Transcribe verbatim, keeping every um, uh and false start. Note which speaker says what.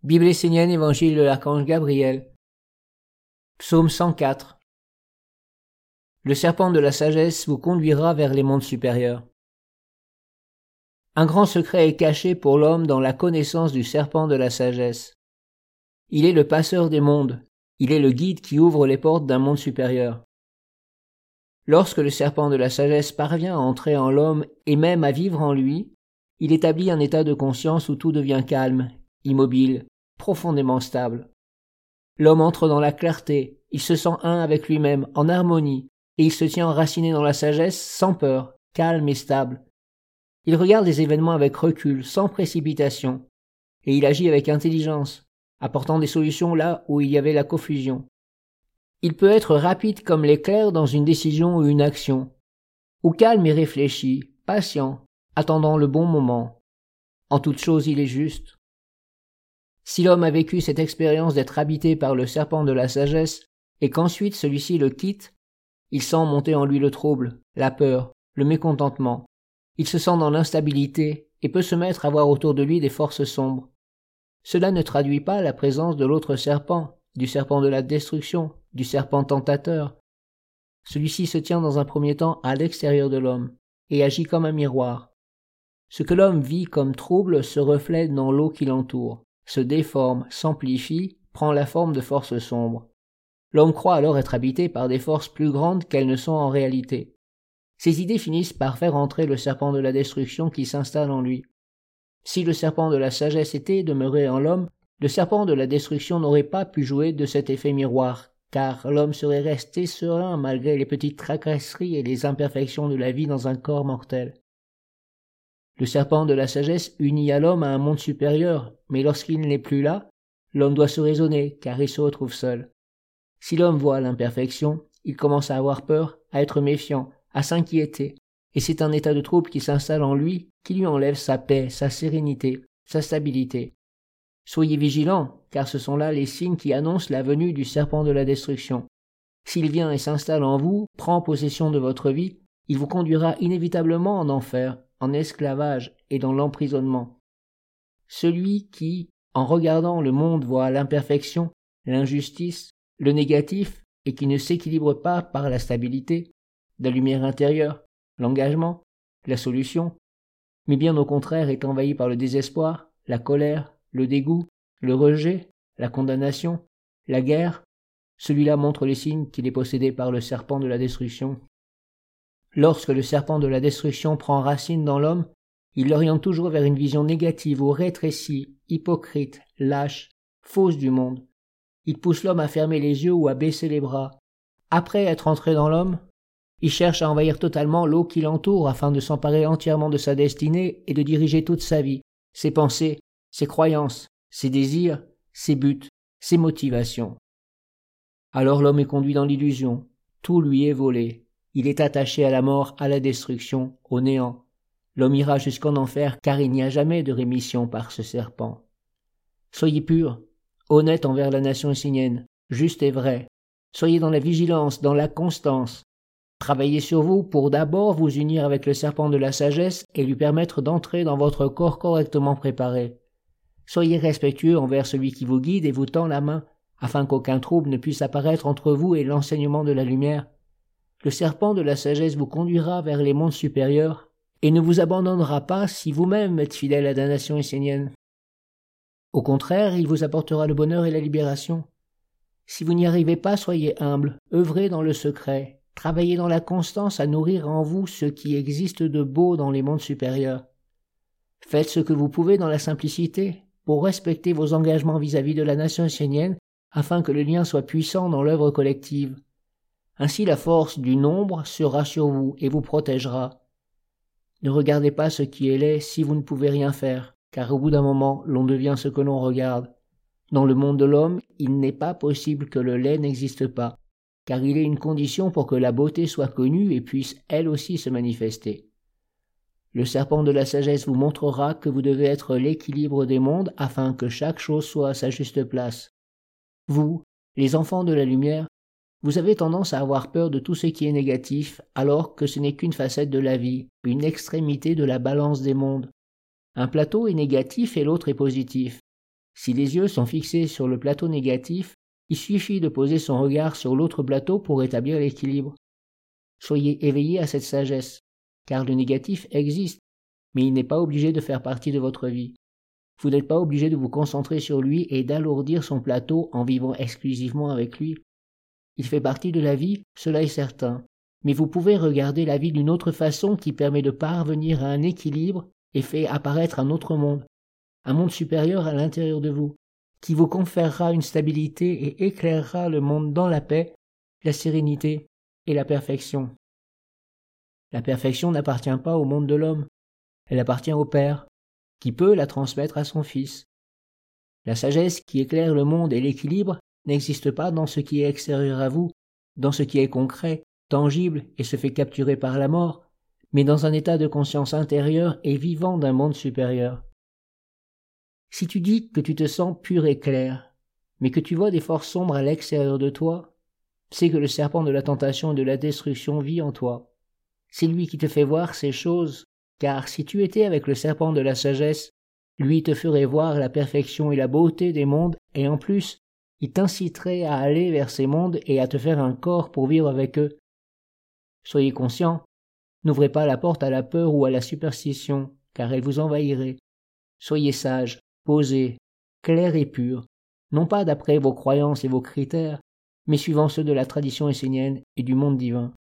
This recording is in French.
Speaker 1: Bible essénienne, Évangile de l'archange Gabriel. Psaume cent quatre. Le serpent de la sagesse vous conduira vers les mondes supérieurs. Un grand secret est caché pour l'homme dans la connaissance du serpent de la sagesse. Il est le passeur des mondes, il est le guide qui ouvre les portes d'un monde supérieur. Lorsque le serpent de la sagesse parvient à entrer en l'homme et même à vivre en lui, il établit un état de conscience où tout devient calme, immobile, profondément stable. L'homme entre dans la clarté, il se sent un avec lui-même, en harmonie, et il se tient enraciné dans la sagesse, sans peur, calme et stable. Il regarde les événements avec recul, sans précipitation, et il agit avec intelligence, apportant des solutions là où il y avait la confusion. Il peut être rapide comme l'éclair dans une décision ou une action, ou calme et réfléchi, patient, attendant le bon moment. En toute chose, il est juste. Si l'homme a vécu cette expérience d'être habité par le serpent de la sagesse, et qu'ensuite celui-ci le quitte, il sent monter en lui le trouble, la peur, le mécontentement. Il se sent dans l'instabilité et peut se mettre à voir autour de lui des forces sombres. Cela ne traduit pas la présence de l'autre serpent, du serpent de la destruction, du serpent tentateur. Celui-ci se tient dans un premier temps à l'extérieur de l'homme et agit comme un miroir. Ce que l'homme vit comme trouble se reflète dans l'eau qui l'entoure, se déforme, s'amplifie, prend la forme de forces sombres. L'homme croit alors être habité par des forces plus grandes qu'elles ne sont en réalité. Ces idées finissent par faire entrer le serpent de la destruction qui s'installe en lui. Si le serpent de la sagesse était demeuré en l'homme, le serpent de la destruction n'aurait pas pu jouer de cet effet miroir, car l'homme serait resté serein malgré les petites tracasseries et les imperfections de la vie dans un corps mortel. Le serpent de la sagesse unit à l'homme à un monde supérieur, mais lorsqu'il n'est plus là, l'homme doit se raisonner, car il se retrouve seul. Si l'homme voit l'imperfection, il commence à avoir peur, à être méfiant, à s'inquiéter, et c'est un état de trouble qui s'installe en lui, qui lui enlève sa paix, sa sérénité, sa stabilité. Soyez vigilants, car ce sont là les signes qui annoncent la venue du serpent de la destruction. S'il vient et s'installe en vous, prend possession de votre vie, il vous conduira inévitablement en enfer, en esclavage et dans l'emprisonnement. Celui qui, en regardant le monde, voit l'imperfection, l'injustice, le négatif, et qui ne s'équilibre pas par la stabilité, la lumière intérieure, l'engagement, la solution, mais bien au contraire est envahi par le désespoir, la colère, le dégoût, le rejet, la condamnation, la guerre, celui-là montre les signes qu'il est possédé par le serpent de la destruction. Lorsque le serpent de la destruction prend racine dans l'homme, il l'oriente toujours vers une vision négative ou rétrécie, hypocrite, lâche, fausse du monde. Il pousse l'homme à fermer les yeux ou à baisser les bras. Après être entré dans l'homme, il cherche à envahir totalement l'eau qui l'entoure afin de s'emparer entièrement de sa destinée et de diriger toute sa vie, ses pensées, ses croyances, ses désirs, ses buts, ses motivations. Alors l'homme est conduit dans l'illusion, tout lui est volé. Il est attaché à la mort, à la destruction, au néant. L'homme ira jusqu'en enfer car il n'y a jamais de rémission par ce serpent. Soyez purs, honnêtes envers la nation essénienne, juste et vrai. Soyez dans la vigilance, dans la constance. Travaillez sur vous pour d'abord vous unir avec le serpent de la sagesse et lui permettre d'entrer dans votre corps correctement préparé. Soyez respectueux envers celui qui vous guide et vous tend la main, afin qu'aucun trouble ne puisse apparaître entre vous et l'enseignement de la lumière. Le serpent de la sagesse vous conduira vers les mondes supérieurs et ne vous abandonnera pas si vous-même êtes fidèle à la nation essénienne. Au contraire, il vous apportera le bonheur et la libération. Si vous n'y arrivez pas, soyez humble, œuvrez dans le secret, travaillez dans la constance à nourrir en vous ce qui existe de beau dans les mondes supérieurs. Faites ce que vous pouvez dans la simplicité pour respecter vos engagements vis-à-vis de la nation essénienne afin que le lien soit puissant dans l'œuvre collective. Ainsi la force du nombre sera sur vous et vous protégera. Ne regardez pas ce qui est laid si vous ne pouvez rien faire, car au bout d'un moment, l'on devient ce que l'on regarde. Dans le monde de l'homme, il n'est pas possible que le laid n'existe pas, car il est une condition pour que la beauté soit connue et puisse elle aussi se manifester. Le serpent de la sagesse vous montrera que vous devez être l'équilibre des mondes afin que chaque chose soit à sa juste place. Vous, les enfants de la lumière, vous avez tendance à avoir peur de tout ce qui est négatif, alors que ce n'est qu'une facette de la vie, une extrémité de la balance des mondes. Un plateau est négatif et l'autre est positif. Si les yeux sont fixés sur le plateau négatif, il suffit de poser son regard sur l'autre plateau pour établir l'équilibre. Soyez éveillés à cette sagesse, car le négatif existe, mais il n'est pas obligé de faire partie de votre vie. Vous n'êtes pas obligé de vous concentrer sur lui et d'alourdir son plateau en vivant exclusivement avec lui. Il fait partie de la vie, cela est certain, mais vous pouvez regarder la vie d'une autre façon qui permet de parvenir à un équilibre et fait apparaître un autre monde, un monde supérieur à l'intérieur de vous, qui vous conférera une stabilité et éclairera le monde dans la paix, la sérénité et la perfection. La perfection n'appartient pas au monde de l'homme, elle appartient au Père, qui peut la transmettre à son Fils. La sagesse qui éclaire le monde et l'équilibre n'existe pas dans ce qui est extérieur à vous, dans ce qui est concret, tangible et se fait capturer par la mort, mais dans un état de conscience intérieure et vivant d'un monde supérieur. Si tu dis que tu te sens pur et clair, mais que tu vois des forces sombres à l'extérieur de toi, c'est que le serpent de la tentation et de la destruction vit en toi. C'est lui qui te fait voir ces choses, car si tu étais avec le serpent de la sagesse, lui te ferait voir la perfection et la beauté des mondes, et en plus, il t'inciterait à aller vers ces mondes et à te faire un corps pour vivre avec eux. Soyez conscients, n'ouvrez pas la porte à la peur ou à la superstition, car elle vous envahirait. Soyez sages, posés, clairs et purs, non pas d'après vos croyances et vos critères, mais suivant ceux de la tradition essénienne et du monde divin.